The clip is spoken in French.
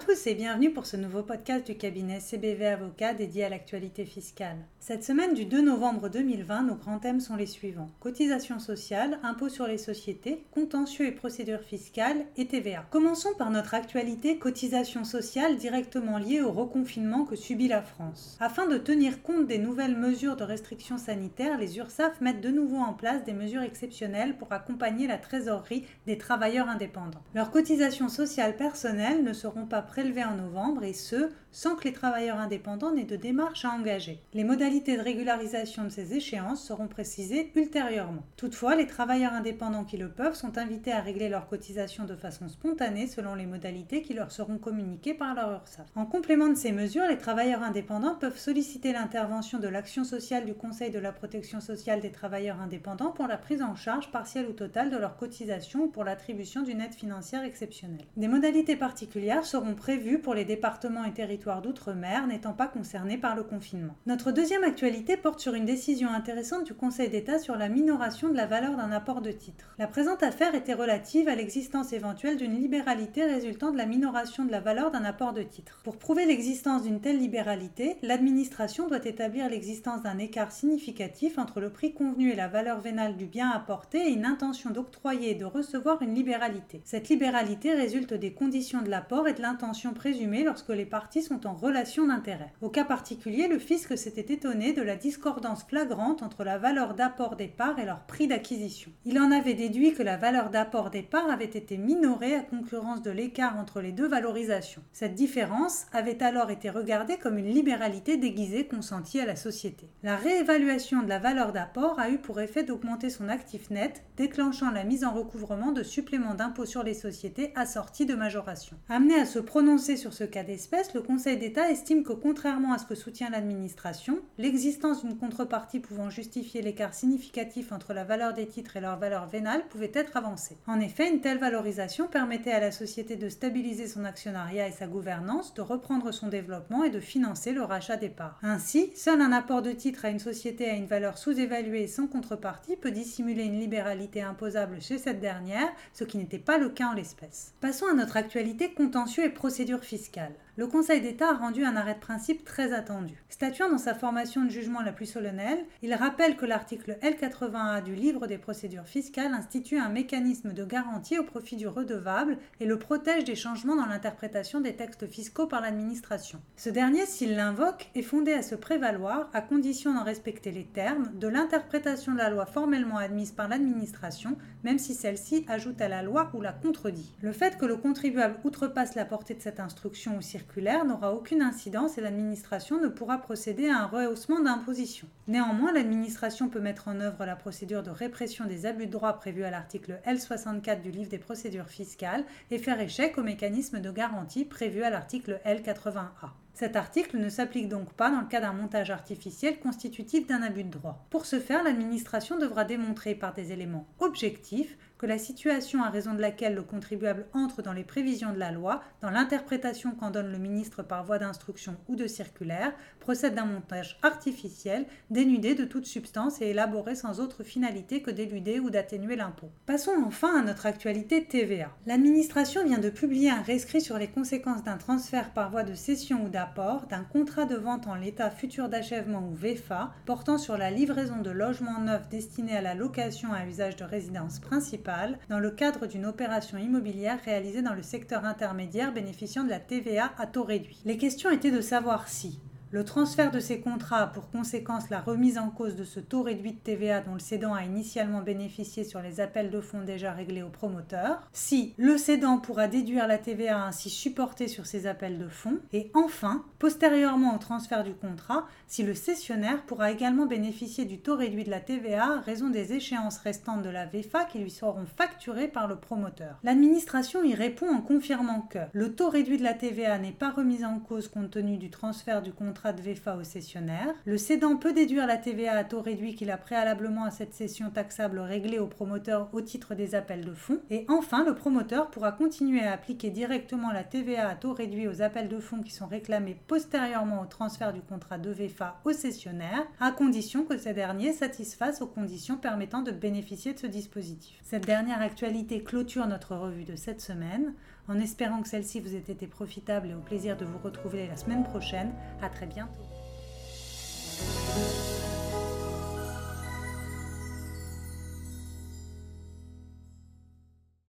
tous et bienvenue pour ce nouveau podcast du cabinet CBV Avocat dédié à l'actualité fiscale. Cette semaine du 2 novembre 2020, nos grands thèmes sont les suivants. Cotisations sociales, impôts sur les sociétés, contentieux et procédures fiscales et TVA. Commençons par notre actualité cotisations sociales directement liées au reconfinement que subit la France. Afin de tenir compte des nouvelles mesures de restrictions sanitaires, les URSSAF mettent de nouveau en place des mesures exceptionnelles pour accompagner la trésorerie des travailleurs indépendants. Leurs cotisations sociales personnelles ne seront pas prélevées en novembre et ce, sans que les travailleurs indépendants n'aient de démarche à engager. Les modalités de régularisation de ces échéances seront précisées ultérieurement. Toutefois, les travailleurs indépendants qui le peuvent sont invités à régler leurs cotisations de façon spontanée selon les modalités qui leur seront communiquées par leur URSSAF. En complément de ces mesures, les travailleurs indépendants peuvent solliciter l'intervention de l'action sociale du Conseil de la protection sociale des travailleurs indépendants pour la prise en charge partielle ou totale de leurs cotisations ou pour l'attribution d'une aide financière exceptionnelle. Des modalités particulières seront prévues pour les départements et territoires d'outre-mer n'étant pas concernés par le confinement. Notre deuxième actualité porte sur une décision intéressante du Conseil d'État sur la minoration de la valeur d'un apport de titre. La présente affaire était relative à l'existence éventuelle d'une libéralité résultant de la minoration de la valeur d'un apport de titre. Pour prouver l'existence d'une telle libéralité, l'administration doit établir l'existence d'un écart significatif entre le prix convenu et la valeur vénale du bien apporté et une intention d'octroyer et de recevoir une libéralité. Cette libéralité résulte des conditions de l'apport et de l'intention présumée lorsque les parties sont en relation d'intérêt. Au cas particulier, le fisc s'était étonné de la discordance flagrante entre la valeur d'apport des parts et leur prix d'acquisition. Il en avait déduit que la valeur d'apport des parts avait été minorée à concurrence de l'écart entre les deux valorisations. Cette différence avait alors été regardée comme une libéralité déguisée consentie à la société. La réévaluation de la valeur d'apport a eu pour effet d'augmenter son actif net, déclenchant la mise en recouvrement de suppléments d'impôt sur les sociétés assortis de majoration. Amené à se prononcer sur ce cas d'espèce, le Conseil d'État estime que contrairement à ce que soutient l'administration, l'existence d'une contrepartie pouvant justifier l'écart significatif entre la valeur des titres et leur valeur vénale pouvait être avancée. En effet, une telle valorisation permettait à la société de stabiliser son actionnariat et sa gouvernance, de reprendre son développement et de financer le rachat des parts. Ainsi, seul un apport de titre à une société à une valeur sous-évaluée et sans contrepartie peut dissimuler une libéralité imposable chez cette dernière, ce qui n'était pas le cas en l'espèce. Passons à notre actualité contentieux et procédure fiscale. Le Conseil d'État a rendu un arrêt de principe très attendu. Statuant dans sa formation de jugement la plus solennelle, il rappelle que l'article L80A du Livre des procédures fiscales institue un mécanisme de garantie au profit du redevable et le protège des changements dans l'interprétation des textes fiscaux par l'administration. Ce dernier, s'il l'invoque, est fondé à se prévaloir, à condition d'en respecter les termes, de l'interprétation de la loi formellement admise par l'administration, même si celle-ci ajoute à la loi ou la contredit. Le fait que le contribuable outrepasse la portée de cette instruction ou circulaire n'aura aucune incidence et l'administration ne pourra procéder à un rehaussement d'imposition. Néanmoins, l'administration peut mettre en œuvre la procédure de répression des abus de droit prévue à l'article L64 du Livre des procédures fiscales et faire échec au mécanisme de garantie prévu à l'article L80A. Cet article ne s'applique donc pas dans le cas d'un montage artificiel constitutif d'un abus de droit. Pour ce faire, l'administration devra démontrer par des éléments objectifs que la situation à raison de laquelle le contribuable entre dans les prévisions de la loi, dans l'interprétation qu'en donne le ministre par voie d'instruction ou de circulaire, procède d'un montage artificiel, dénudé de toute substance et élaboré sans autre finalité que d'éluder ou d'atténuer l'impôt. Passons enfin à notre actualité TVA. L'administration vient de publier un rescrit sur les conséquences d'un transfert par voie de cession ou d'apport d'un contrat de vente en l'état futur d'achèvement ou VEFA portant sur la livraison de logements neufs destinés à la location à usage de résidence principale dans le cadre d'une opération immobilière réalisée dans le secteur intermédiaire bénéficiant de la TVA à taux réduit. Les questions étaient de savoir si le transfert de ces contrats a pour conséquence la remise en cause de ce taux réduit de TVA dont le cédant a initialement bénéficié sur les appels de fonds déjà réglés au promoteur, si le cédant pourra déduire la TVA ainsi supportée sur ces appels de fonds, et enfin, postérieurement au transfert du contrat, si le cessionnaire pourra également bénéficier du taux réduit de la TVA à raison des échéances restantes de la VEFA qui lui seront facturées par le promoteur. L'administration y répond en confirmant que le taux réduit de la TVA n'est pas remis en cause compte tenu du transfert du contrat de VEFA au cessionnaire. Le cédant peut déduire la TVA à taux réduit qu'il a préalablement à cette cession taxable réglée au promoteur au titre des appels de fonds. Et enfin, le promoteur pourra continuer à appliquer directement la TVA à taux réduit aux appels de fonds qui sont réclamés postérieurement au transfert du contrat de VEFA au cessionnaire, à condition que ces derniers satisfassent aux conditions permettant de bénéficier de ce dispositif. Cette dernière actualité clôture notre revue de cette semaine. En espérant que celle-ci vous ait été profitable et au plaisir de vous retrouver la semaine prochaine. À très bientôt.